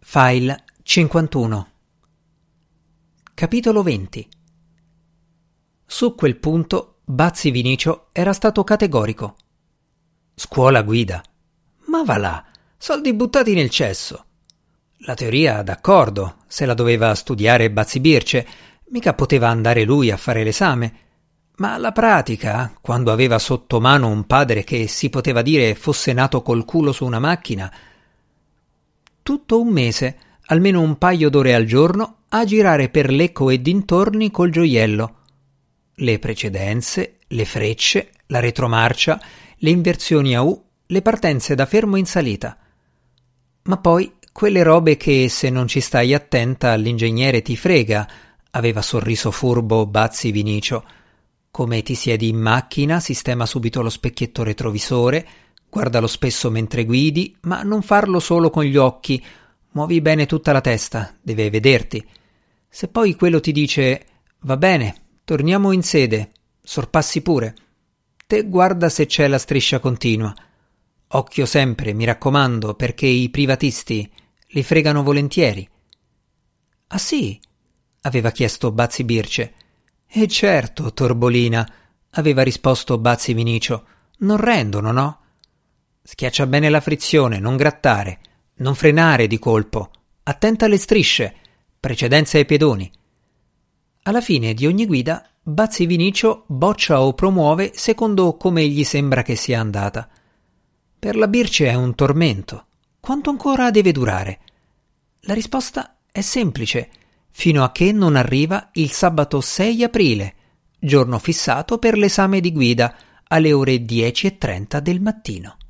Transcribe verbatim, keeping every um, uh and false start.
File cinquantuno. Capitolo venti. Su quel punto Bazzi Vinicio era stato categorico. Scuola guida? Ma va là, soldi buttati nel cesso. La teoria, d'accordo, se la doveva studiare Bazzi Birce, mica poteva andare lui a fare l'esame. Ma la pratica, quando aveva sotto mano un padre che si poteva dire fosse nato col culo su una macchina, tutto un mese, almeno un paio d'ore al giorno, a girare per Lecco e dintorni col gioiello. Le precedenze, le frecce, la retromarcia, le inversioni a U, le partenze da fermo in salita. Ma poi quelle robe che, se non ci stai attenta, l'ingegnere ti frega, aveva sorriso furbo Bazzi Vinicio. Come ti siedi in macchina, sistema subito lo specchietto retrovisore, guardalo spesso mentre guidi, ma non farlo solo con gli occhi, muovi bene tutta la testa, deve vederti. Se poi quello ti dice va bene, torniamo in sede, sorpassi pure, te guarda se c'è la striscia continua. Occhio sempre, mi raccomando, perché i privatisti li fregano volentieri. Ah sì? Aveva chiesto Bazzi Birce. E certo, Torbolina, aveva risposto Bazzi Vinicio, non rendono, no? Schiaccia bene la frizione, non grattare, non frenare di colpo, attenta alle strisce, precedenza ai pedoni. Alla fine di ogni guida, Bazzi Vinicio boccia o promuove secondo come gli sembra che sia andata. Per la Birce è un tormento. Quanto ancora deve durare? La risposta è semplice, fino a che non arriva il sabato sei aprile, giorno fissato per l'esame di guida alle ore dieci e trenta del mattino.